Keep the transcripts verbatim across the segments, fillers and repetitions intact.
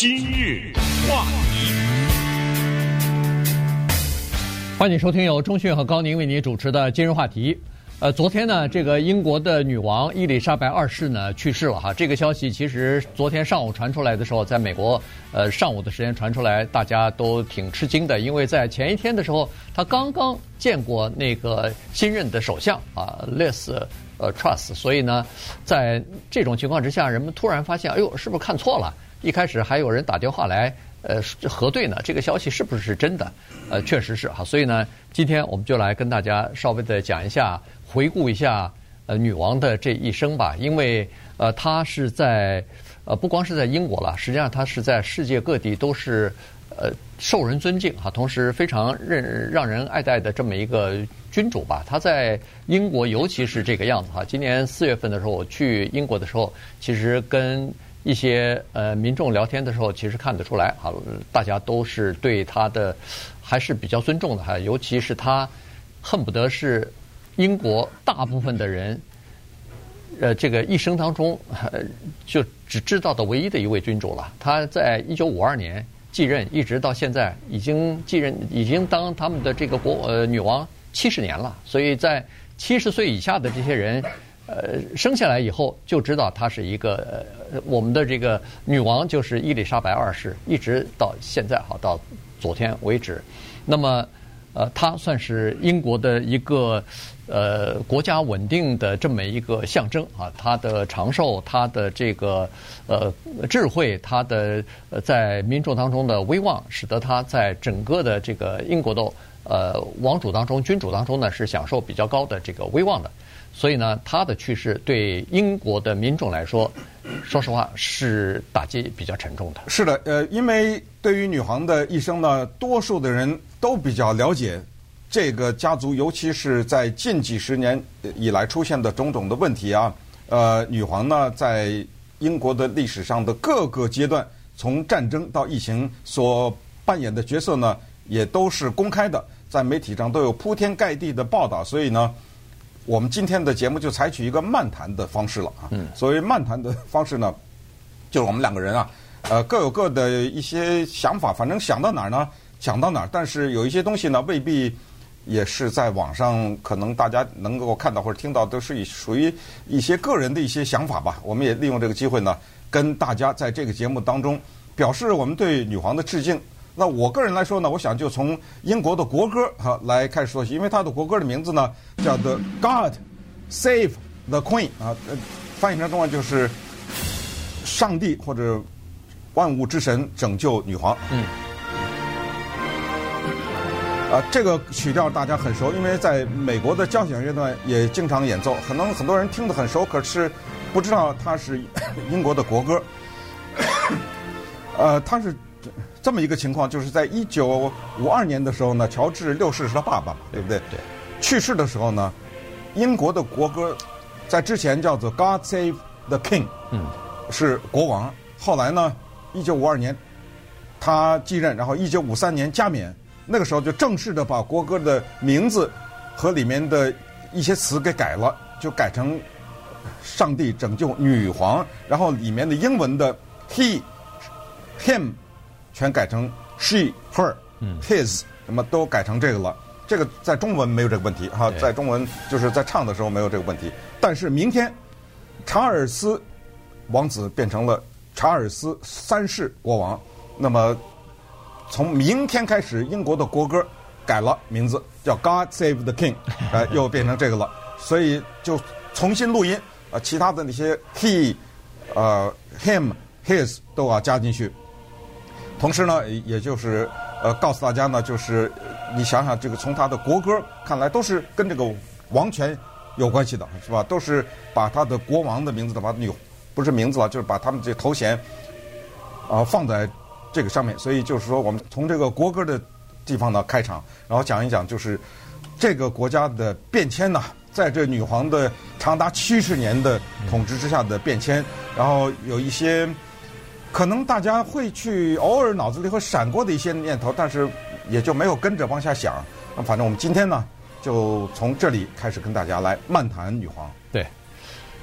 今日话题， 欢迎收听由钟迅和高宁为你主持的今日话题。呃，昨天呢，这个英国的女王伊丽莎白二世呢去世了哈。这个消息其实昨天上午传出来的时候，在美国呃上午的时间传出来，大家都挺吃惊的，因为在前一天的时候，她刚刚见过那个新任的首相啊 Liz 呃 Truss， 所以呢，在这种情况之下，人们突然发现，哎呦，是不是看错了？一开始还有人打电话来。呃，核对呢，这个消息是不是真的？呃，确实是哈。所以呢，今天我们就来跟大家稍微的讲一下，回顾一下呃女王的这一生吧。因为呃，她是在呃不光是在英国了，实际上她是在世界各地都是呃受人尊敬哈，同时非常任让人爱戴的这么一个君主吧。她在英国尤其是这个样子哈。今年四月份的时候，我去英国的时候，其实跟一些呃民众聊天的时候，其实看得出来啊，大家都是对他的还是比较尊重的哈，尤其是他恨不得是英国大部分的人呃这个一生当中呃就只知道的唯一的一位君主了。他在一九五二年继任，一直到现在已经继任，已经当他们的这个国呃女王七十年了，所以在七十岁以下的这些人。呃，生下来以后就知道她是一个呃，我们的这个女王就是伊丽莎白二世，一直到现在哈，到昨天为止。那么，呃，她算是英国的一个呃国家稳定的这么一个象征啊。她的长寿，她的这个呃智慧，她的呃在民众当中的威望，使得她在整个的这个英国的呃王主当中、君主当中呢，是享受比较高的这个威望的。所以呢，他的去世对英国的民众来说，说实话是打击比较沉重的。 是的，呃，因为对于女皇的一生呢，多数的人都比较了解这个家族，尤其是在近几十年以来出现的种种的问题啊。呃，女皇呢，在英国的历史上的各个阶段，从战争到疫情所扮演的角色呢，也都是公开的，在媒体上都有铺天盖地的报道，所以呢。我们今天的节目就采取一个漫谈的方式了啊。嗯。所谓漫谈的方式呢，就是我们两个人啊，呃，各有各的一些想法，反正想到哪儿呢，讲到哪儿。但是有一些东西呢，未必也是在网上可能大家能够看到或者听到，都是属于一些个人的一些想法吧。我们也利用这个机会呢，跟大家在这个节目当中表示我们对女皇的致敬。那我个人来说呢，我想就从英国的国歌哈来开始说起，因为它的国歌的名字呢叫 The God Save the Queen 啊，翻译成中文就是上帝或者万物之神拯救女皇。嗯。啊，这个曲调大家很熟，因为在美国的交响乐团也经常演奏，可能很多人听得很熟，可是不知道它是英国的国歌。呃，它是。这么一个情况，就是在一九五二年的时候呢，乔治六世是他爸爸嘛，对不对？对。去世的时候呢，英国的国歌在之前叫做 God Save the King， 嗯，是国王。后来呢，一九五二年他继任，然后一九五三年加冕，那个时候就正式的把国歌的名字和里面的一些词给改了，就改成上帝拯救女皇，然后里面的英文的 he、him。全改成 she、her、his， 什么都改成这个了。这个在中文没有这个问题哈，在中文就是在唱的时候没有这个问题。但是明天，查尔斯王子变成了查尔斯三世国王，那么从明天开始，英国的国歌改了名字，叫 God Save the King， 呃，又变成这个了。所以就重新录音啊，其他的那些 he、呃 him、his 都要加进去。同时呢，也就是呃告诉大家呢，就是你想想这个从他的国歌看来都是跟这个王权有关系的，是吧？都是把他的国王的名字的，把女不是名字了，就是把他们这头衔啊、呃、放在这个上面。所以就是说，我们从这个国歌的地方呢开场，然后讲一讲就是这个国家的变迁呢，在这女皇的长达七十年的统治之下的变迁，然后有一些。可能大家会去偶尔脑子里会闪过的一些念头，但是也就没有跟着往下想。那反正我们今天呢，就从这里开始跟大家来漫谈女皇。 对，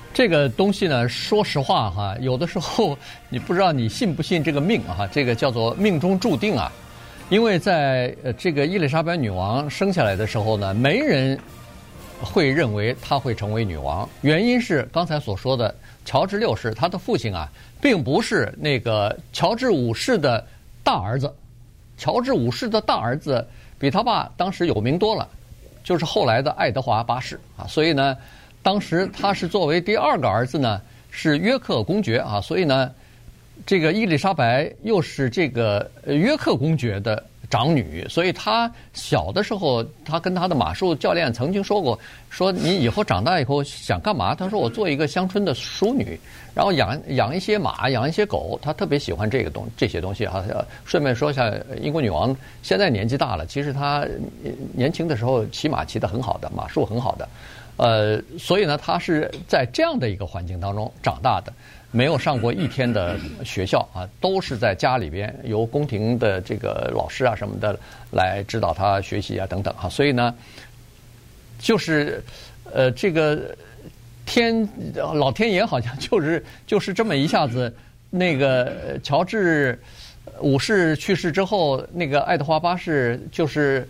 这个东西呢，说实话哈，有的时候你不知道你信不信这个命啊，这个叫做命中注定啊。因为在呃这个伊丽莎白女王生下来的时候呢，没人会认为她会成为女王，原因是刚才所说的乔治六世，他的父亲啊，并不是那个乔治五世的大儿子，乔治五世的大儿子比他爸当时有名多了，就是后来的爱德华八世啊，所以呢。当时他是作为第二个儿子呢，是约克公爵啊，所以呢，这个伊丽莎白又是这个约克公爵的长女，所以她小的时候，她跟她的马术教练曾经说过，说你以后长大以后想干嘛？她说我做一个乡村的淑女，然后养养一些马，养一些狗，她特别喜欢这个东这些东西哈。顺便说一下，英国女王现在年纪大了，其实她年轻的时候骑马骑得很好的，马术很好的。呃，所以呢，他是在这样的一个环境当中长大的，没有上过一天的学校啊，都是在家里边由宫廷的这个老师啊什么的来指导他学习啊等等啊，所以呢，就是呃这个天老天爷好像就是就是这么一下子，那个乔治五世去世之后，那个爱德华八世就是。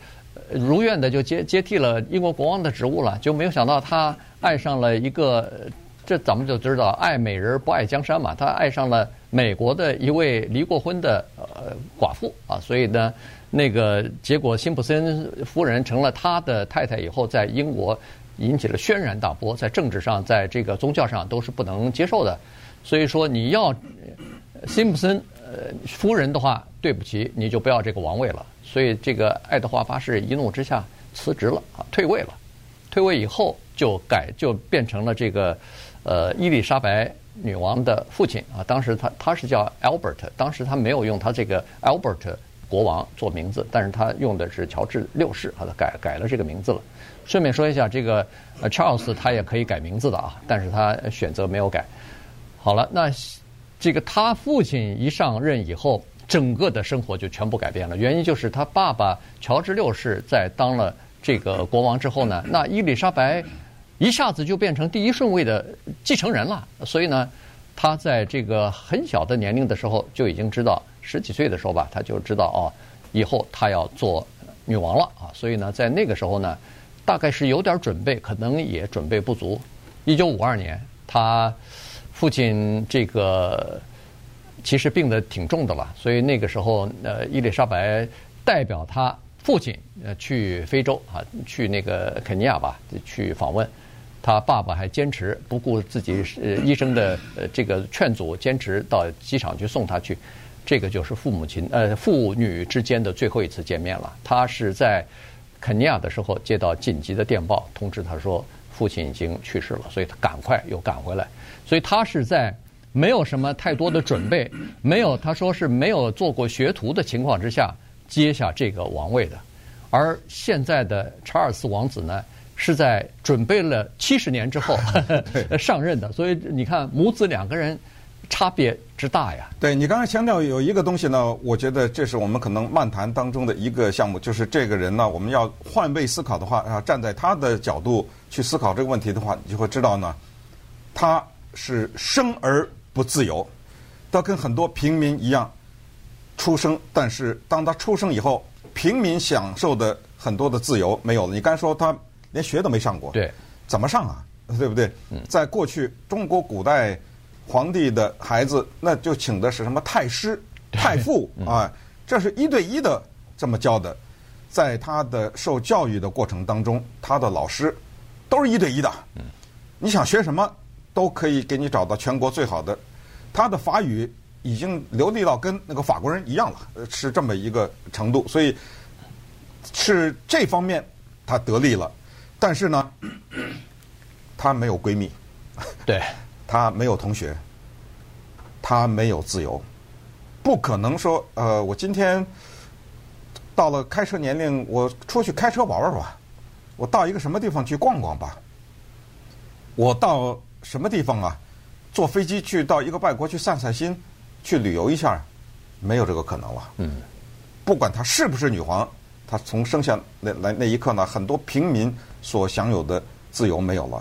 如愿的就接接替了英国国王的职务了，就没有想到他爱上了一个，这咱们就知道爱美人不爱江山嘛，他爱上了美国的一位离过婚的呃寡妇啊，所以呢，那个结果辛普森夫人成了他的太太以后，在英国引起了轩然大波，在政治上，在这个宗教上都是不能接受的，所以说你要辛普森呃夫人的话，对不起，你就不要这个王位了。所以这个爱德华八世一怒之下辞职了啊，退位了。退位以后就改就变成了这个呃伊丽莎白女王的父亲啊。当时他他是叫 Albert， 当时他没有用他这个 Albert 国王做名字，但是他用的是乔治六世啊，他改改了这个名字了。顺便说一下，这个呃 Charles 他也可以改名字的啊，但是他选择没有改。好了，那这个他父亲一上任以后。整个的生活就全部改变了，原因就是他爸爸乔治六世在当了这个国王之后呢，那伊丽莎白一下子就变成第一顺位的继承人了。所以呢，他在这个很小的年龄的时候就已经知道，十几岁的时候吧，他就知道哦，以后他要做女王了啊。所以呢，在那个时候呢，大概是有点准备，可能也准备不足。一九五二年，他父亲这个。其实病得挺重的了，所以那个时候，呃，伊丽莎白代表他父亲呃去非洲啊，去那个肯尼亚吧，去访问。他爸爸还坚持不顾自己呃医生的呃这个劝阻，坚持到机场去送他去。这个就是父母亲呃父女之间的最后一次见面了。他是在肯尼亚的时候接到紧急的电报，通知他说父亲已经去世了，所以他赶快又赶回来。所以他是在。没有什么太多的准备，没有他说是没有做过学徒的情况之下接下这个王位的，而现在的查尔斯王子呢，是在准备了七十年之后上任的，所以你看母子两个人差别之大呀。 对，你刚才强调有一个东西呢，我觉得这是我们可能漫谈当中的一个项目，就是这个人呢，我们要换位思考的话啊，站在他的角度去思考这个问题的话，你就会知道呢，他是生而不自由，他跟很多平民一样出生，但是当他出生以后，平民享受的很多的自由没有了。你刚才说他连学都没上过， 对， 怎么上啊？对不对？在过去中国古代皇帝的孩子，那就请的是什么太师、太傅啊，这是一对一的这么教的。在他的受教育的过程当中，他的老师都是一对一的。你想学什么？都可以给你找到全国最好的，他的法语已经流利到跟那个法国人一样了，是这么一个程度，所以是这方面他得利了。但是呢，他没有闺蜜， 对， 他没有同学，他没有自由，不可能说呃，我今天到了开车年龄，我出去开车玩玩吧，我到一个什么地方去逛逛吧，我到。什么地方啊？坐飞机去到一个外国去散散心，去旅游一下，没有这个可能了。嗯，不管她是不是女皇，她从生下那来那一刻呢，很多平民所享有的自由没有了。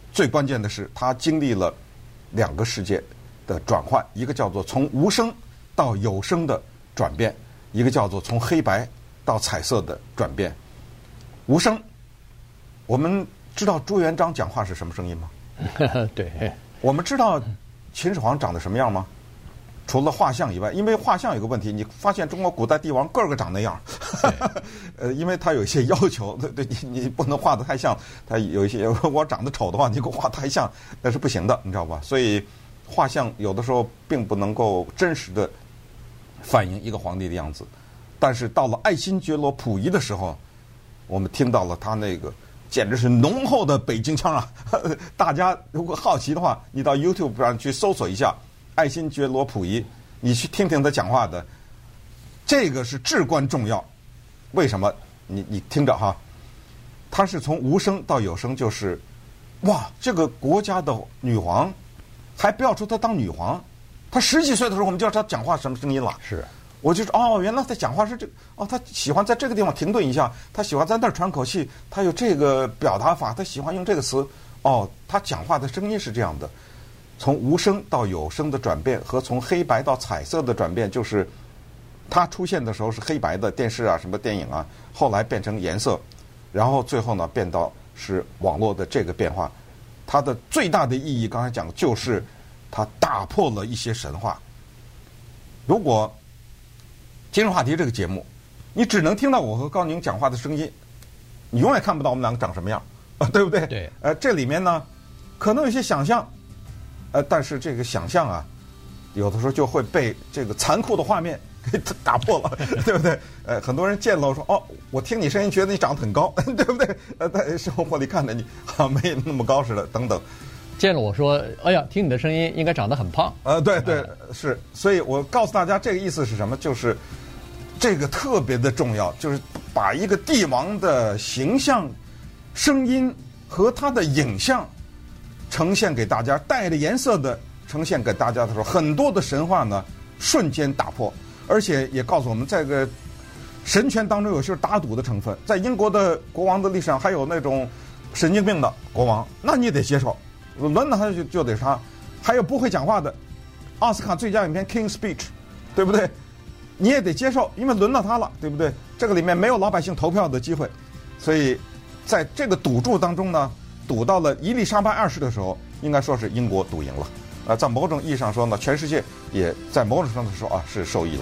最关键的是，他经历了两个世界的转换，一个叫做从无声到有声的转变，一个叫做从黑白到彩色的转变。无声，我们知道朱元璋讲话是什么声音吗？ 对。 我们知道秦始皇长得什么样吗？除了画像以外，因为画像有个问题，你发现中国古代帝王个个长那样，呃，因为他有一些要求，对对，你你不能画得太像，他有一些我长得丑的话，你给我画太像那是不行的，你知道吧？所以画像有的时候并不能够真实的反映一个皇帝的样子。但是到了爱新觉罗溥仪的时候，我们听到了他那个简直是浓厚的北京腔啊！大家如果好奇的话，你到 YouTube 上去搜索一下爱新觉罗溥仪，你去听听他讲话的，这个是至关重要。为什么？你你听着哈，他是从无声到有声，就是哇，这个国家的女皇，还不要说她当女皇，她十几岁的时候我们就知道她讲话什么声音了。 是， 我就说哦，原来她讲话是这哦，她喜欢在这个地方停顿一下，她喜欢在那儿喘口气，她有这个表达法，她喜欢用这个词。哦，她讲话的声音是这样的。从无声到有声的转变和从黑白到彩色的转变，就是它出现的时候是黑白的电视啊，什么电影啊，后来变成颜色，然后最后呢变到是网络的这个变化。它的最大的意义，刚才讲就是它打破了一些神话。如果今日话题这个节目，你只能听到我和高宁讲话的声音，你永远看不到我们两个长什么样，啊，对不对？ 对。 呃，这里面呢，可能有些想象。呃，但是这个想象啊，有的时候就会被这个残酷的画面给打破了，对不对？呃，很多人见了我说，哦，我听你声音觉得你长得很高，对不对？呃，在生活里看着你好像没那么高似的，等等。 见了我说，哎呀，听你的声音应该长得很胖。 呃，对对是，所以我告诉大家这个意思是什么？就是这个特别的重要，就是把一个帝王的形象、声音和他的影像呈现给大家，带着颜色的呈现给大家的时候，很多的神话呢瞬间打破，而且也告诉我们，在这个神权当中有些打赌的成分。在英国的国王的历史上，还有那种神经病的国王，那你也得接受，轮到他就就得杀。还有不会讲话的，奥斯卡最佳影片《King's Speech》，对不对？你也得接受，因为轮到他了，对不对？这个里面没有老百姓投票的机会，所以在这个赌注当中呢，赌到了伊丽莎白二世的时候，应该说是英国赌赢了。呃，在某种意义上说呢，全世界也在某种程度上说啊是受益了。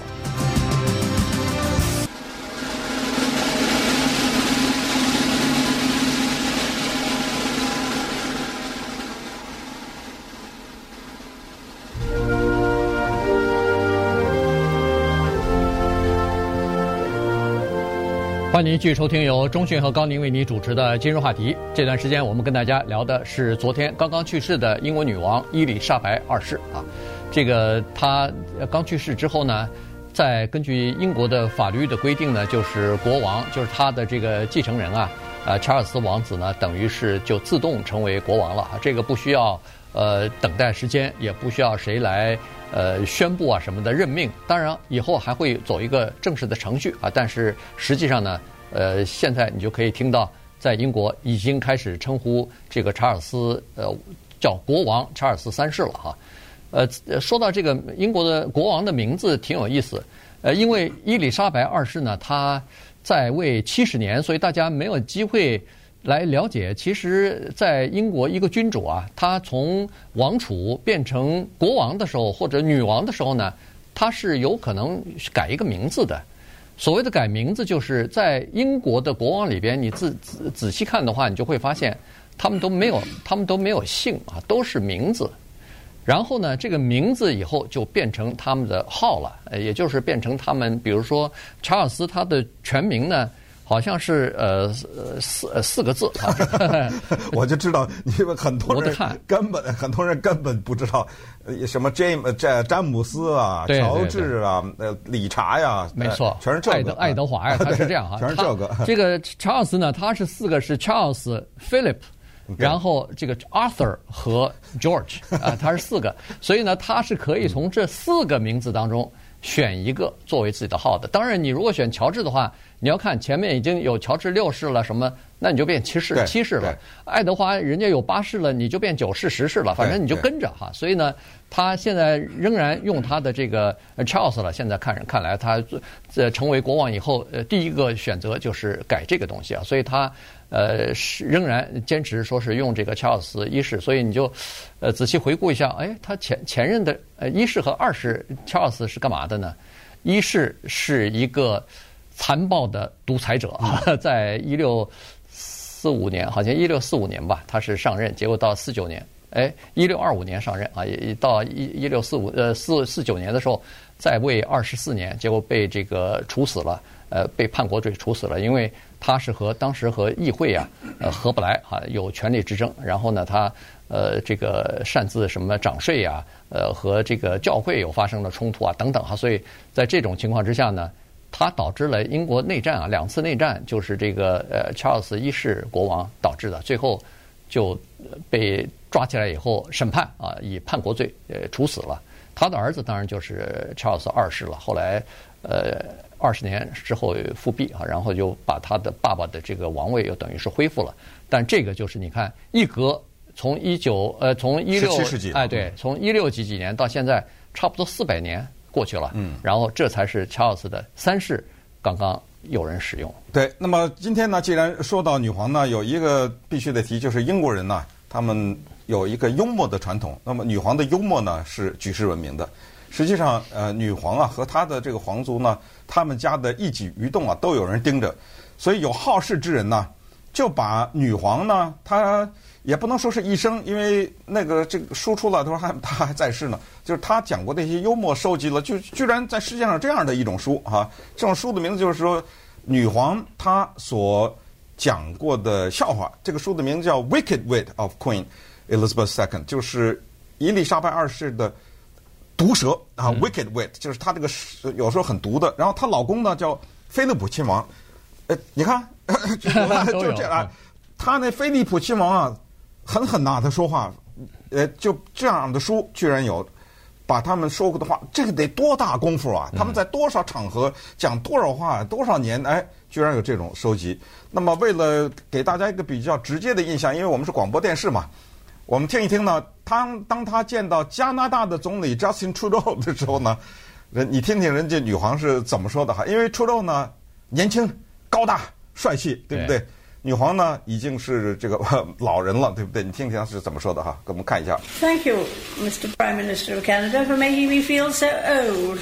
欢迎您继续收听由钟迅和高宁为你主持的今日话题。这段时间我们跟大家聊的是昨天刚刚去世的英国女王伊丽莎白二世啊。这个她刚去世之后呢，在根据英国的法律的规定呢，就是国王，就是他的这个继承人啊，呃，查尔斯王子呢，等于是就自动成为国王了。这个不需要呃等待时间，也不需要谁来呃宣布啊什么的任命。当然以后还会走一个正式的程序啊，但是实际上呢，呃，现在你就可以听到，在英国已经开始称呼这个查尔斯呃叫国王查尔斯三世了哈。呃，说到这个英国的国王的名字挺有意思，呃，因为伊丽莎白二世呢，她在位七十年，所以大家没有机会来了解，其实在英国一个君主啊，他从王储变成国王的时候或者女王的时候呢，他是有可能改一个名字的。所谓的改名字，就是在英国的国王里边，你仔仔仔细看的话，你就会发现他们都没有他们都没有姓啊，都是名字。然后呢，这个名字以后就变成他们的号了，呃，也就是变成他们，比如说查尔斯，他的全名呢，好像是呃四呃四个字啊。 我就知道，因为很多人根本很多人根本不知道，呃，什么詹詹詹姆斯啊、 对对对乔治啊、呃理查呀， 没错， 呃、全是这个。 爱德爱德华呀，他是这样哈， 全是这个。 这个查尔斯呢，他是四个是 Charles、Philip。然后这个 Arthur 和 George 啊，他是四个，所以呢，他是可以从这四个名字当中选一个作为自己的号的。当然，你如果选乔治的话， 你要看前面已经有乔治六世了什么，那你就变七世七世了。爱德华人家有八世了，你就变九世十世了，反正你就跟着哈。所以呢，他现在仍然用他的这个 Charles 了。现在看看来，他呃成为国王以后，呃第一个选择就是改这个东西啊。所以他呃是仍然坚持说是用这个 Charles 一世。所以你就呃仔细回顾一下，哎，他前前任的呃一世和二世 Charles 是干嘛的呢？一世是一个残暴的独裁者啊，在一六四五年，好像一六四五年吧，他是上任，结果到四九年，哎，一六二五年上任啊，也到一一六四五呃四四九年的时候，在位二十四年，结果被这个处死了，呃，被叛国罪处死了，因为他是和当时和议会啊，呃，合不来啊，有权力之争，然后呢，他呃这个擅自什么涨税呀，呃，和这个教会有发生了冲突啊，等等哈，所以在这种情况之下呢。它导致了英国内战啊，两次内战就是这个呃查尔斯一世国王导致的，最后就被抓起来以后审判啊，以叛国罪呃处死了。他的儿子当然就是查尔斯二世了，后来呃二十年之后复辟啊，然后就把他的爸爸的这个王位又等于是恢复了。但这个就是你看一隔从一九呃从一六哎对，从一六几几年到现在差不多四百年。过去了，嗯，然后这才是乔尔斯的三世，刚刚有人使用。 对，那么今天呢，既然说到女皇呢，有一个必须得提，就是英国人呢，他们有一个幽默的传统。那么女皇的幽默呢，是举世闻名的。实际上，呃，女皇啊和她的这个皇族呢，他们家的一举一动啊，都有人盯着。所以有好事之人呢，就把女皇呢，她也不能说是一生，因为那个这个书出了，他说还他还在世呢。就是他讲过的一些幽默，收集了，就居然在世界上这样的一种书哈、啊。这种书的名字就是说，女皇她所讲过的笑话。这个书的名字叫《Wicked Wit of Queen Elizabeth the Second》，就是伊丽莎白二世的毒舌啊、嗯、，Wicked Wit， 就是她这个有时候很毒的。然后她老公呢叫菲利普亲王，呃，你看，就这样啊，他那菲利普亲王啊。狠狠呐，他说话，呃，就这样的书居然有，把他们说过的话，这个得多大功夫啊！他们在多少场合讲多少话，多少年，哎，居然有这种收集。那么，为了给大家一个比较直接的印象，因为我们是广播电视嘛，我们听一听呢。当当他见到加拿大的总理 Justin Trudeau 的时候呢，人你听听人家女皇是怎么说的哈？因为 Trudeau 呢年轻、高大、帅气，对不对？对女皇呢已经是这个老人了，对不对？你听听她是怎么说的哈，给我们看一下。 Thank you, Mister Prime Minister of Canada, for making me feel so old.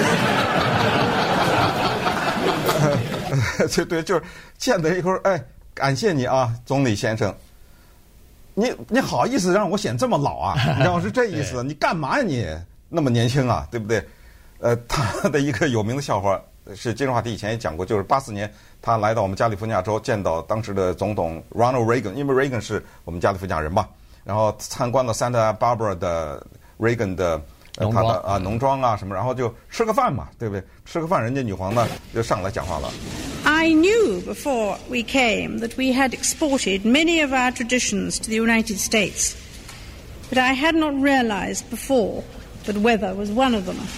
对对，就是见了一会儿，哎，感谢你啊，总理先生。你你好意思让我显这么老啊？你知道是这意思？你干嘛呀你？那么年轻啊，对不对？呃，他的一个有名的笑话。是金融话题以前也讲过，就是八四年他来到我们加利福尼亚州，见到当时的总统 Ronald Reagan， 因为 Reagan 是我们加利福尼亚人嘛，然后参观了 Santa Barbara 的 Reagan 的、呃、他的啊农庄啊什么，然后就吃个饭嘛，对不对？吃个饭，人家女皇呢就上来讲话了。 I knew before we came that we had exported many of our traditions to the United States, but I had not realized before that weather was one of them.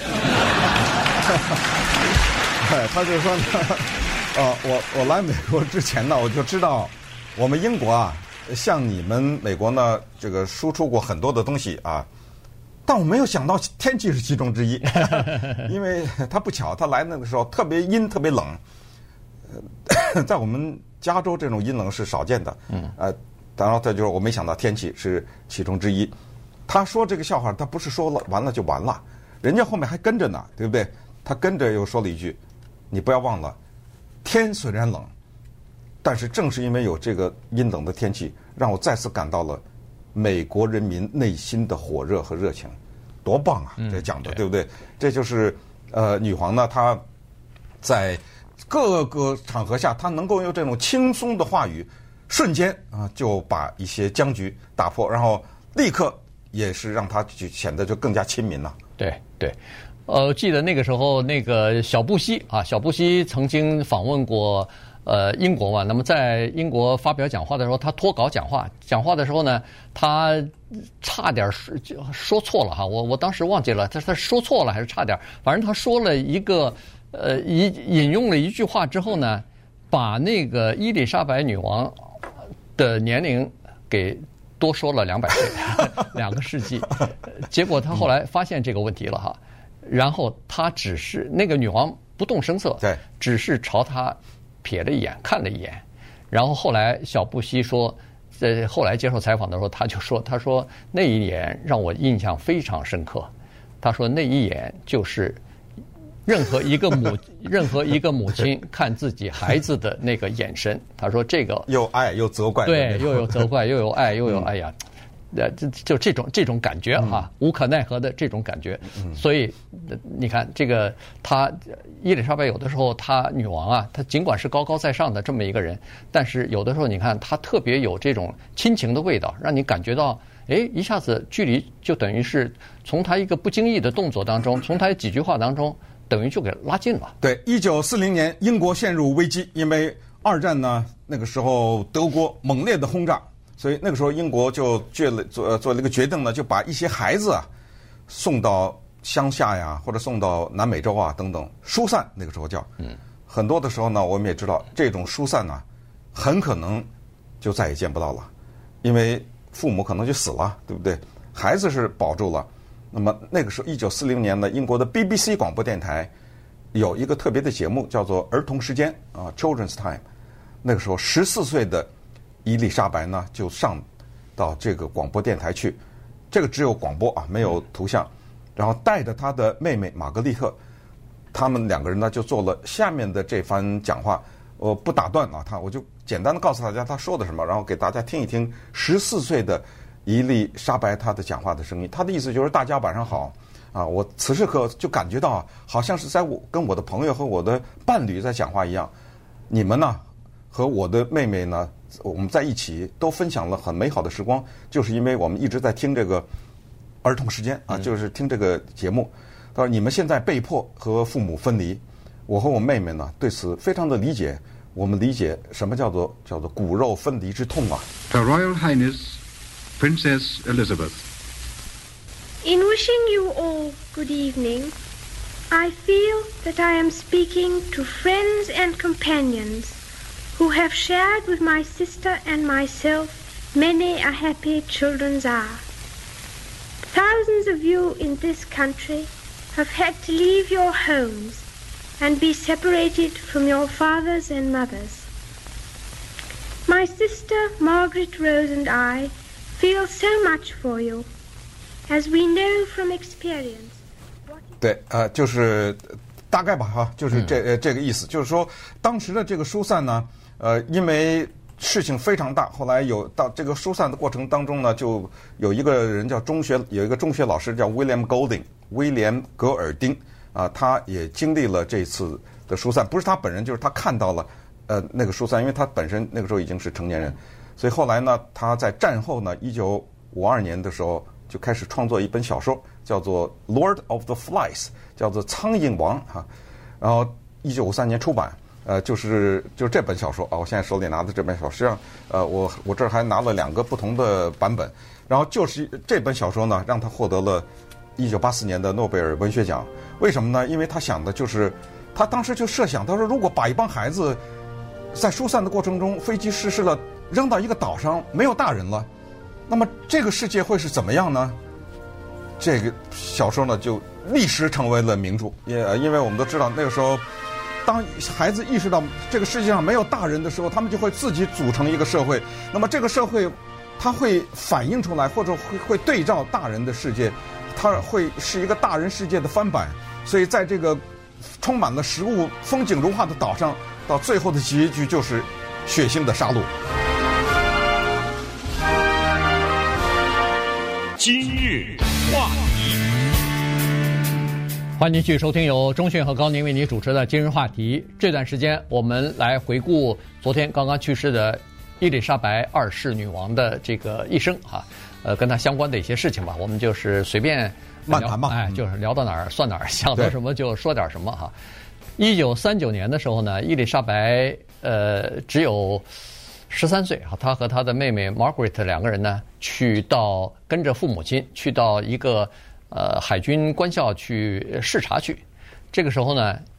哎，他就说呢，呃，我我来美国之前呢，我就知道我们英国啊，向你们美国呢这个输出过很多的东西啊，但我没有想到天气是其中之一，因为他不巧，他来那个时候特别阴，特别冷，呃，在我们加州这种阴冷是少见的，嗯，呃，然后他就说我没想到天气是其中之一。他说这个笑话，他不是说了完了就完了，人家后面还跟着呢，对不对？他跟着又说了一句。你不要忘了，天虽然冷，但是正是因为有这个阴冷的天气，让我再次感到了美国人民内心的火热和热情，多棒啊！这讲的、嗯、对, 对不对？这就是呃，女皇呢，她在各个场合下，她能够用这种轻松的话语，瞬间啊就把一些僵局打破，然后立刻也是让她就显得就更加亲民了。 对对。呃，记得那个时候，那个小布希啊，小布希曾经访问过呃英国嘛。那么在英国发表讲话的时候，他脱稿讲话，讲话的时候呢，他差点说说错了哈，我我当时忘记了，他他说错了还是差点，反正他说了一个呃一引用了一句话之后呢， 把那个伊丽莎白女王的年龄给多说了两百岁，两个世纪。结果他后来发现这个问题了哈，然后他只是那个女王不动声色， 对， 只是朝他瞥了一眼，看了一眼。然后后来小布希说，在后来接受采访的时候，他就说，他说那一眼让我印象非常深刻。他说那一眼就是任何一个母任何一个母亲看自己孩子的那个眼神。他说这个又爱又责怪， 对，又有责怪，又有爱，又有哎呀。呃，就就这种这种感觉哈，无可奈何的这种感觉，所以你看这个她伊丽莎白有的时候她女王啊，她尽管是高高在上的这么一个人，但是有的时候你看她特别有这种亲情的味道，让你感觉到哎一下子距离就等于是从她一个不经意的动作当中，从她几句话当中，等于就给拉近了。 对，一九四零年英国陷入危机，因为二战呢那个时候德国猛烈的轰炸。所以那个时候，英国就做了做做了一个决定呢，就把一些孩子啊送到乡下呀，或者送到南美洲啊等等疏散。那个时候叫，嗯，很多的时候呢，我们也知道这种疏散呢，很可能就再也见不到了，因为父母可能就死了，对不对？孩子是保住了。那么那个时候，一九四零年呢，英国的 B B C 广播电台有一个特别的节目，叫做《儿童时间》啊 ，Children's Time。那个时候，十四岁的伊丽莎白呢，就上到这个广播电台去，这个只有广播啊，没有图像。然后带着她的妹妹玛格丽特，他们两个人呢就做了下面的这番讲话。我不打断啊，他我就简单的告诉大家他说的什么，然后给大家听一听十四岁的伊丽莎白她的讲话的声音。她的意思就是大家晚上好啊，我此时刻就感觉到啊，好像是在我跟我的朋友和我的伴侣在讲话一样。你们呢和我的妹妹呢，我们在一起都分享了很美好的时光，就是因为我们一直在听这个儿童时间啊，就是听这个节目。他说你们现在被迫和父母分离，我和我妹妹呢对此非常的理解，我们理解什么叫做叫做骨肉分离之痛啊。 Her Royal Highness Princess Elizabeth. In wishing you all good evening, I feel that I am speaking to friends and companions who have shared with my sister and myself many a happy children's hour. Thousands of you in this country have had to leave your homes and be separated from your fathers and mothers. My sister Margaret Rose and I feel so much for you, as we know from experience. 对，呃，就是大概吧，哈，就是这、呃、这个意思，就是说当时的这个疏散呢。呃，因为事情非常大，后来有到这个疏散的过程当中呢，就有一个人叫中学有一个中学老师叫 William Golding 威廉格尔丁啊，他也经历了这次的疏散，不是他本人，就是他看到了呃那个疏散，因为他本身那个时候已经是成年人，所以后来呢，他在战后呢，一九五二年的时候就开始创作一本小说，叫做《Lord of the Flies》，叫做《苍蝇王》哈，然后一九五三年出版。呃，就是就是这本小说啊，我现在手里拿的这本小说，实际上，呃，我我这儿还拿了两个不同的版本，然后就是这本小说呢，让他获得了一九八四年的诺贝尔文学奖。为什么呢？因为他想的就是，他当时就设想，他说如果把一帮孩子在疏散的过程中，飞机失事了，扔到一个岛上，没有大人了，那么这个世界会是怎么样呢？这个小说呢，就立时成为了名著，也因为我们都知道那个时候。当孩子意识到这个世界上没有大人的时候，他们就会自己组成一个社会。那么这个社会，它会反映出来，或者会会对照大人的世界，它会是一个大人世界的翻版。所以在这个充满了食物、风景如画的岛上，到最后的结局就是血腥的杀戮。 今日话题。 欢迎继续收听由钟迅和高宁为你主持的今日话题。这段时间我们来回顾昨天刚刚去世的伊丽莎白二世女王的这个一生哈，呃，跟她相关的一些事情吧，我们就是随便漫谈吧， 哎，就是聊到哪儿算哪儿，想到什么就说点什么哈。一九三九年的时候呢，伊丽莎白呃只有十三岁哈，她和她的妹妹 Margaret 两个人呢，去到跟着父母亲去到一个。呃，海军官校去视察去，这个时候呢，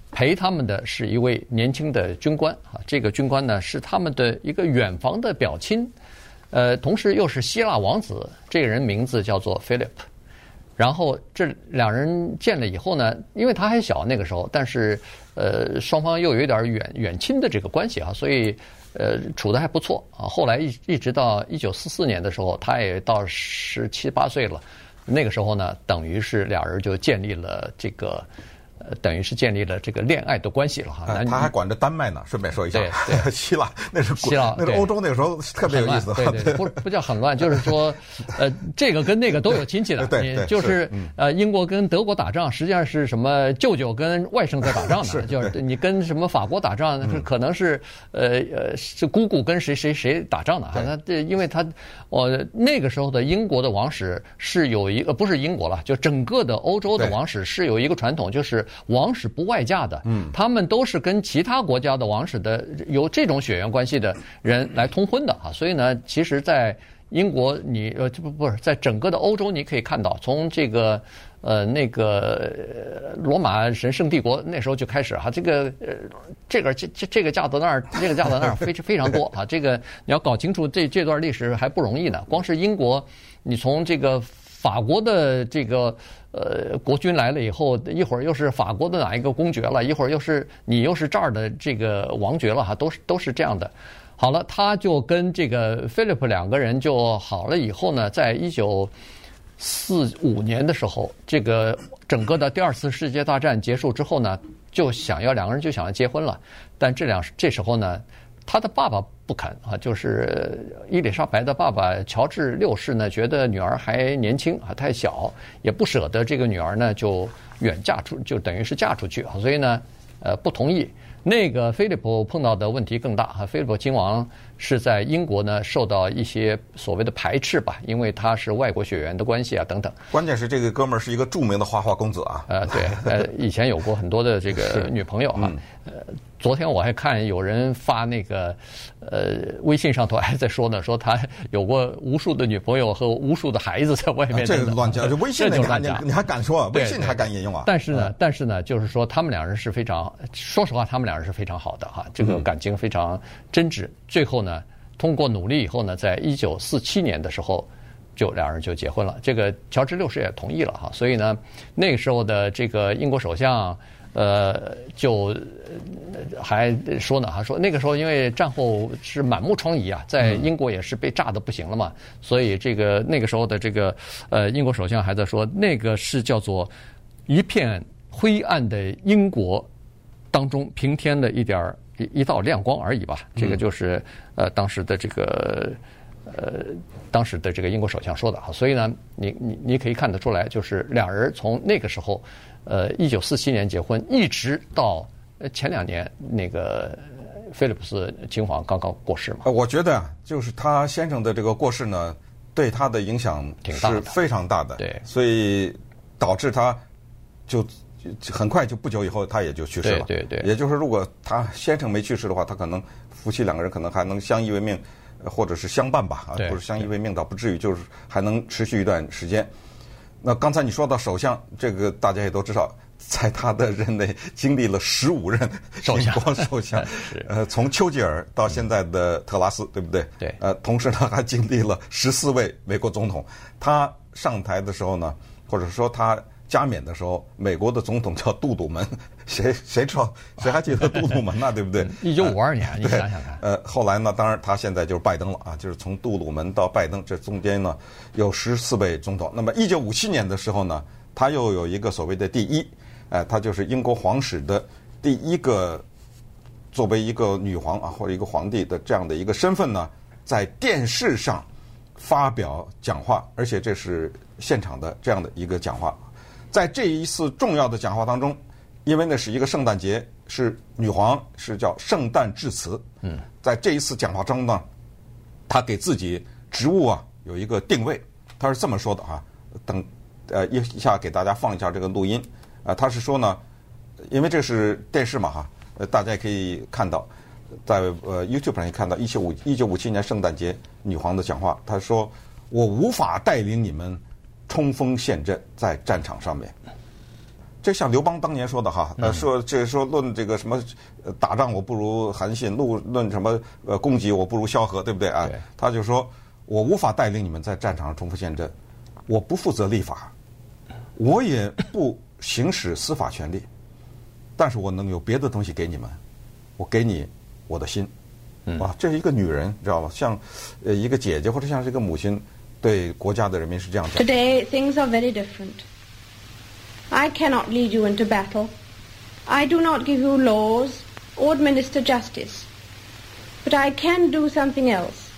陪他们的是一位年轻的军官啊，这个军官呢是他们的一个远房的表亲，呃，同时又是希腊王子，这个人名字叫做 Philip。然后这两人见了以后呢，因为他还小那个时候，但是呃双方又有一点远远亲的这个关系啊，所以呃处得还不错啊。后来一一直到一九四四年的时候，他也到十七八岁了，那个时候呢，等于是俩人就建立了这个。呃，等于是建立了这个恋爱的关系了哈。 哎、他还管着丹麦呢，顺便说一下。 对对， 希腊那是希腊， 那是欧洲那个时候特别有意思。 对对，不不叫很乱，就是说，呃，这个跟那个都有亲戚的。 对对， 就是、嗯、呃，英国跟德国打仗，实际上是什么舅舅跟外甥在打仗呢？就是你跟什么法国打仗，是可能是呃呃是姑姑跟谁谁谁打仗的哈。他这因为他我、呃、那个时候的英国的王室是有一个不是英国了，就整个的欧洲的王室是有一个传统，就是王室不外嫁的，嗯，他们都是跟其他国家的王室的有这种血缘关系的人来通婚的啊，所以呢，其实，在英国你呃不不是在整个的欧洲，你可以看到，从这个呃那个罗马神圣帝国那时候就开始哈、啊，这个呃这个这这这个嫁到那儿，这个嫁到那儿非非常多啊，这个你要搞清楚这这段历史还不容易呢，光是英国，你从这个。法国的这个呃国君来了以后，一会儿又是法国的哪一个公爵了，一会儿又是你又是这儿的这个王爵了哈，都是都是这样的。好了，他就跟这个 Philip 两个人就好了以后呢，在一九四五年的时候，这个整个的第二次世界大战结束之后呢，就想要两个人就想要结婚了，但这两这时候呢。他的爸爸不肯啊，就是伊丽莎白的爸爸乔治六世呢，觉得女儿还年轻啊，太小，也不舍得这个女儿呢就远嫁出，就等于是嫁出去啊，所以呢，呃，不同意。那个菲利普碰到的问题更大哈，菲利普亲王是在英国呢受到一些所谓的排斥吧，因为他是外国血缘的关系啊等等。 关键是这个哥们儿是一个著名的花花公子啊。 呃，对，呃，以前有过很多的这个女朋友啊。呃，昨天我还看有人发那个呃微信上头还在说呢，说他有过无数的女朋友和无数的孩子在外面。 啊、这个乱讲，就微信那个你你还敢说？微信还敢引用啊？ 但是呢，但是呢，就是说他们两人是非常，说实话，他们两人是非常好的哈，这个感情非常真挚。最后呢，通过努力以后呢，在一九四七年的时候，就两人就结婚了。这个乔治六世也同意了哈，所以呢，那个时候的这个英国首相。呃，就还说呢，还说那个时候因为战后是满目疮痍啊，在英国也是被炸得不行了嘛，所以这个那个时候的这个呃英国首相还在说，那个是叫做一片灰暗的英国当中平添了一点一一道亮光而已吧。这个就是呃当时的这个呃当时的这个英国首相说的啊，所以呢，你你你可以看得出来，就是两人从那个时候。呃，一九四七年结婚，一直到前两年，那个菲利普斯亲王刚刚过世嘛。 我觉得啊，就是他先生的这个过世呢，对他的影响是非常大的， 对， 所以导致他就很快就不久以后他也就去世了。 对对对， 也就是如果他先生没去世的话，他可能夫妻两个人可能还能相依为命，或者是相伴吧，啊，不是相依为命倒不至于，就是还能持续一段时间。那刚才你说到首相，这个大家也都知道，在他的任内经历了十五任首相， 光首相，呃，从丘吉尔到现在的特拉斯，对不对？ 对。 呃，同时呢，还经历了十四位美国总统。他上台的时候呢，或者说他加冕的时候，美国的总统叫杜鲁门，谁谁知道谁还记得杜鲁门呢？对不对？ 一九五二年，你想想看。 呃，后来呢，当然他现在就是拜登了啊，就是从杜鲁门到拜登，这中间呢有十四位总统。那么一九五七年的时候呢，他又有一个所谓的第一，哎、呃，他就是英国皇室的第一个作为一个女皇啊或者一个皇帝的这样的一个身份呢，在电视上发表讲话，而且这是现场的这样的一个讲话。在这一次重要的讲话当中，因为那是一个圣诞节，是女皇是叫圣诞致辞。嗯，在这一次讲话中呢，她给自己职务啊有一个定位，她是这么说的哈。等呃一下给大家放一下这个录音啊，她是说呢，因为这是电视嘛哈，呃大家也可以看到，在呃 YouTube 上也看到一九五一九五七年圣诞节女皇的讲话，她说：“我无法带领你们冲锋陷阵在战场上面。” 这像刘邦当年说的哈，呃，说这说论这个什么打仗我不如韩信，论论什么呃攻击我不如萧何，对不对啊？他就说我无法带领你们在战场上冲锋陷阵，我不负责立法，我也不行使司法权利，但是我能有别的东西给你们，我给你我的心。哇，这是一个女人，知道吧？像呃一个姐姐或者像是一个母亲，对国家的人民是这样讲。 Today things are very different. I cannot lead you into battle. I do not give you laws or administer justice. But I can do something else.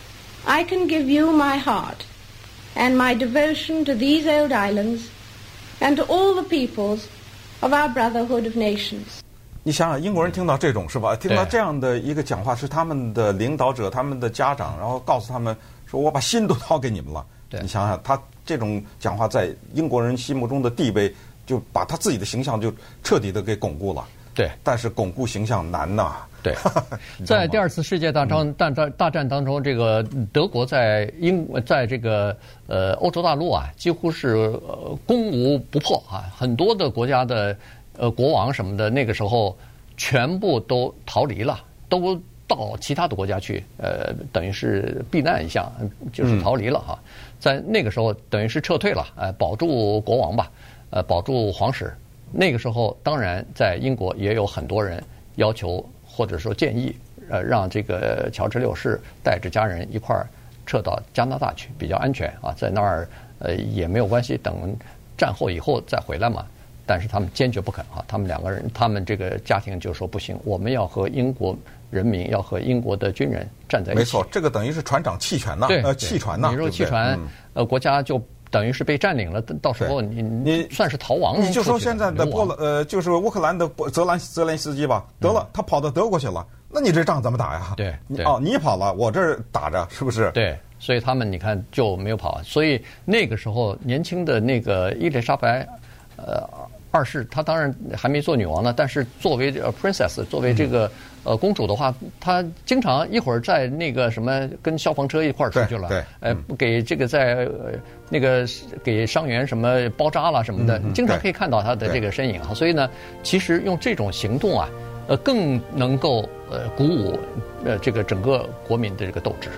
I can give you my heart and my devotion to these old islands and to all the peoples of our brotherhood of nations. 你想想，英国人听到这种是吧？听到这样的一个讲话，是他们的领导者、他们的家长，然后告诉他们说：“我把心都掏给你们了。”你想想，他这种讲话在英国人心目中的地位，就把他自己的形象就彻底的给巩固了。 对， 但是巩固形象难呐。 对，在第二次世界大战大战大战当中，这个德国在英在这个呃欧洲大陆啊，几乎是呃攻无不破啊，很多的国家的呃国王什么的，那个时候全部都逃离了，都到其他的国家去，呃，等于是避难一下，就是逃离了哈。在那个时候，等于是撤退了，呃，保住国王吧，呃，保住皇室。那个时候，当然在英国也有很多人要求或者说建议，呃，让这个乔治六世带着家人一块儿撤到加拿大去，比较安全啊，在那儿呃也没有关系，等战后以后再回来嘛。但是他们坚决不肯啊，他们两个人，他们这个家庭就说不行，我们要和英国人民，要和英国的军人站在一起。 没错，这个等于是船长弃权呐，呃，弃船呐。 你若弃船，呃，国家就等于是被占领了，到时候你你算是逃亡。 你就说现在的波兰，呃，就是乌克兰的泽兰泽连斯基吧，得了，他跑到德国去了，那你这仗怎么打呀？ 对， 哦，你跑了，我这儿打着，是不是？ 对，所以他们你看就没有跑，所以那个时候年轻的那个伊丽莎白，呃。二世，她当然还没做女王呢，但是作为呃 princess， 作为这个呃公主的话，她经常一会儿在那个什么跟消防车一块儿出去了， 对， 呃，给这个在呃那个给伤员什么包扎啦什么的，经常可以看到她的这个身影啊。所以呢，其实用这种行动啊，呃，更能够呃鼓舞呃这个整个国民的这个斗志。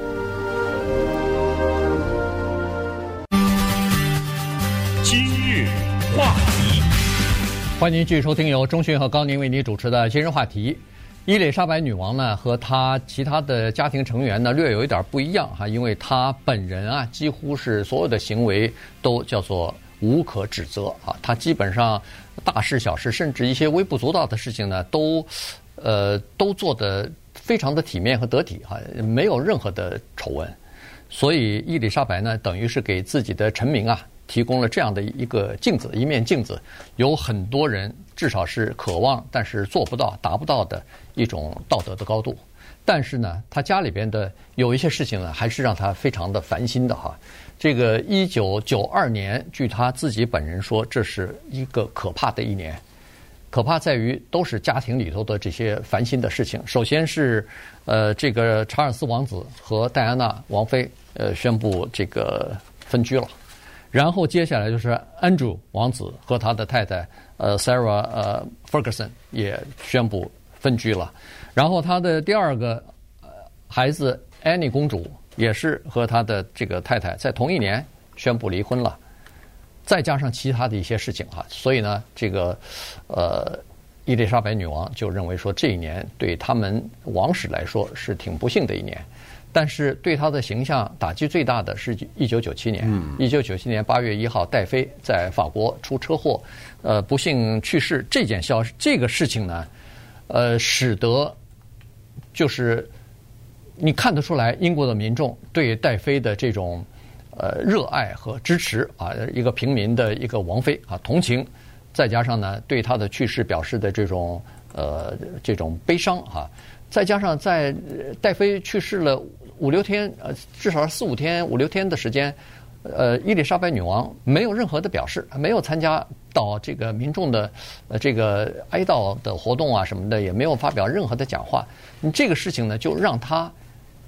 今日话题。 欢迎您继续收听由钟迅和高宁为您主持的今日话题。伊丽莎白女王呢和她其他的家庭成员呢略有一点不一样哈，因为她本人啊几乎是所有的行为都叫做无可指责啊，她基本上大事小事甚至一些微不足道的事情呢都呃都做得非常的体面和得体哈，没有任何的丑闻。所以伊丽莎白呢等于是给自己的臣民啊提供了这样的一个镜子，一面镜子，有很多人至少是渴望，但是做不到、达不到的一种道德的高度。但是呢，他家里边的有一些事情呢，还是让他非常的烦心的哈。这个一九九二年，据他自己本人说，这是一个可怕的一年。可怕在于都是家庭里头的这些烦心的事情。首先是，呃，这个查尔斯王子和戴安娜王妃呃宣布这个分居了。然后接下来就是安德鲁王子和他的太太呃 Sarah 呃 Ferguson 也宣布分居了，然后他的第二个孩子 Anne 公主也是和他的这个太太在同一年宣布离婚了，再加上其他的一些事情哈，所以呢，这个呃伊丽莎白女王就认为说这一年对他们王室来说是挺不幸的一年。但是对他的形象打击最大的是一九九七年，一九九七年八月一号，戴妃在法国出车祸，呃，不幸去世。这件消息，这个事情呢，呃，使得就是你看得出来，英国的民众对戴妃的这种呃热爱和支持啊，一个平民的一个王妃啊，同情，再加上呢对她的去世表示的这种呃这种悲伤哈。再加上在戴妃去世了五六天，呃，至少四五天、五六天的时间，呃，伊丽莎白女王没有任何的表示，没有参加到这个民众的呃这个哀悼的活动啊什么的，也没有发表任何的讲话。你这个事情呢，就让她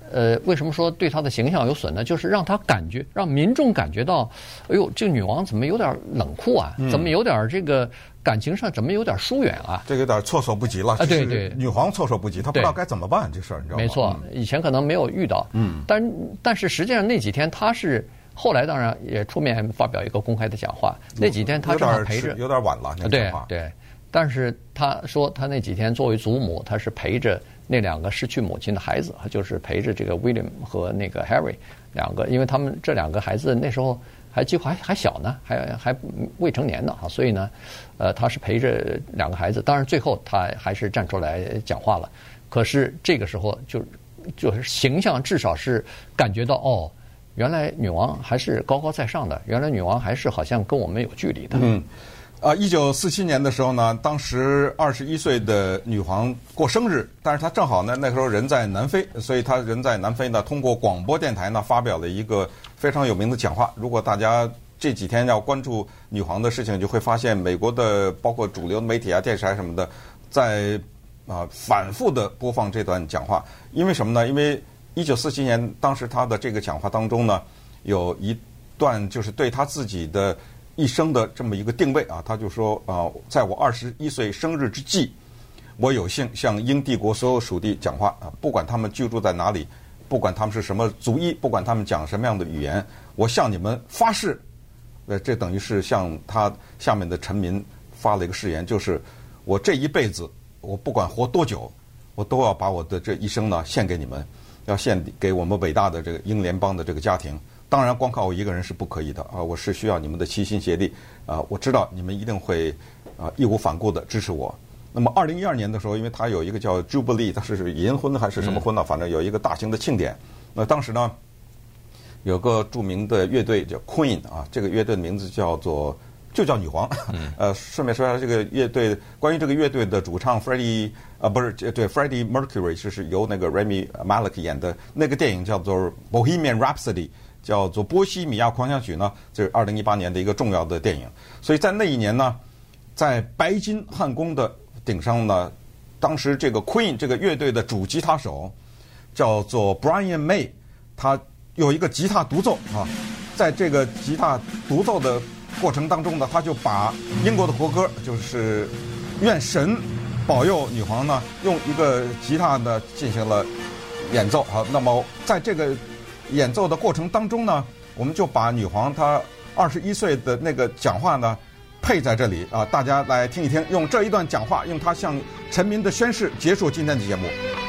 呃，为什么说对她的形象有损呢？就是让她感觉，让民众感觉到，哎呦，这个女王怎么有点冷酷啊？怎么有点这个感情上怎么有点疏远啊？ 这个有点措手不及了。 啊，对对， 女皇措手不及，她不知道该怎么办这事儿，你知道吗？ 没错，以前可能没有遇到，嗯，但但是实际上那几天她是。后来当然也出面发表一个公开的讲话，那几天他正好陪着， 有点晚了。那对对，但是他说他那几天作为祖母，他是陪着那两个失去母亲的孩子，就是陪着这个 William 和那个 Harry 两个，因为他们这两个孩子那时候还几乎还还小呢，还还未成年呢啊，所以呢，呃，他是陪着两个孩子。当然最后他还是站出来讲话了，可是这个时候就就是形象至少是感觉到哦。原来女王还是高高在上的，原来女王还是好像跟我们有距离的。 嗯，啊，一九四七年的时候呢，当时二十一岁的女皇过生日，但是她正好呢那时候人在南非，所以她人在南非呢，通过广播电台呢发表了一个非常有名的讲话。如果大家这几天要关注女皇的事情，就会发现美国的包括主流媒体啊、电视台什么的，在啊、呃、反复的播放这段讲话。因为什么呢？因为一九四七年，当时他的这个讲话当中呢，有一段就是对他自己的一生的这么一个定位啊，他就说啊、呃，在我二十一岁生日之际，我有幸向英帝国所有属地讲话啊，不管他们居住在哪里，不管他们是什么族裔，不管他们讲什么样的语言，我向你们发誓，呃，这等于是向他下面的臣民发了一个誓言，就是我这一辈子，我不管活多久，我都要把我的这一生呢献给你们。要献给我们伟大的这个英联邦的这个家庭，当然光靠我一个人是不可以的啊！我是需要你们的齐心协力啊！我知道你们一定会啊义无反顾的支持我。那么二零一二年的时候，因为他有一个叫 Jubilee， 它是银婚还是什么婚呢？反正有一个大型的庆典。那当时呢，有个著名的乐队叫 Queen 啊，这个乐队的名字叫做就叫女皇。呃，顺便说一下，这个乐队关于这个乐队的主唱 Freddie。啊，不是，对 ，Freddie Mercury 就是由那个 Rami Malek 演的那个电影叫做《Bohemian Rhapsody》，叫做《波西米亚狂想曲》呢，这是二零一八年的一个重要的电影。所以在那一年呢，在白金汉宫的顶上呢，当时这个 Queen 这个乐队的主吉他手叫做 Brian May， 他有一个吉他独奏啊，在这个吉他独奏的过程当中呢，他就把英国的国歌就是愿神保佑女皇呢，用一个吉他呢进行了演奏。好，那么在这个演奏的过程当中呢，我们就把女皇她二十一岁的那个讲话呢配在这里啊，大家来听一听，用这一段讲话，用她向臣民的宣誓结束今天的节目。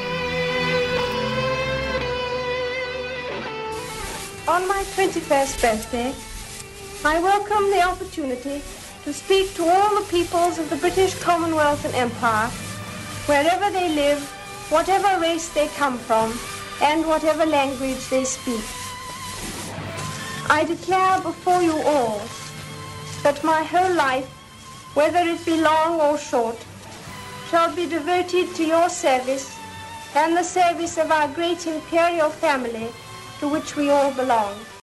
On my twenty-first birthday, I welcome the opportunity to speak to all the peoples of the British Commonwealth and Empire, wherever they live, whatever race they come from, and whatever language they speak. I declare before you all that my whole life, whether it be long or short, shall be devoted to your service and the service of our great imperial family to which we all belong.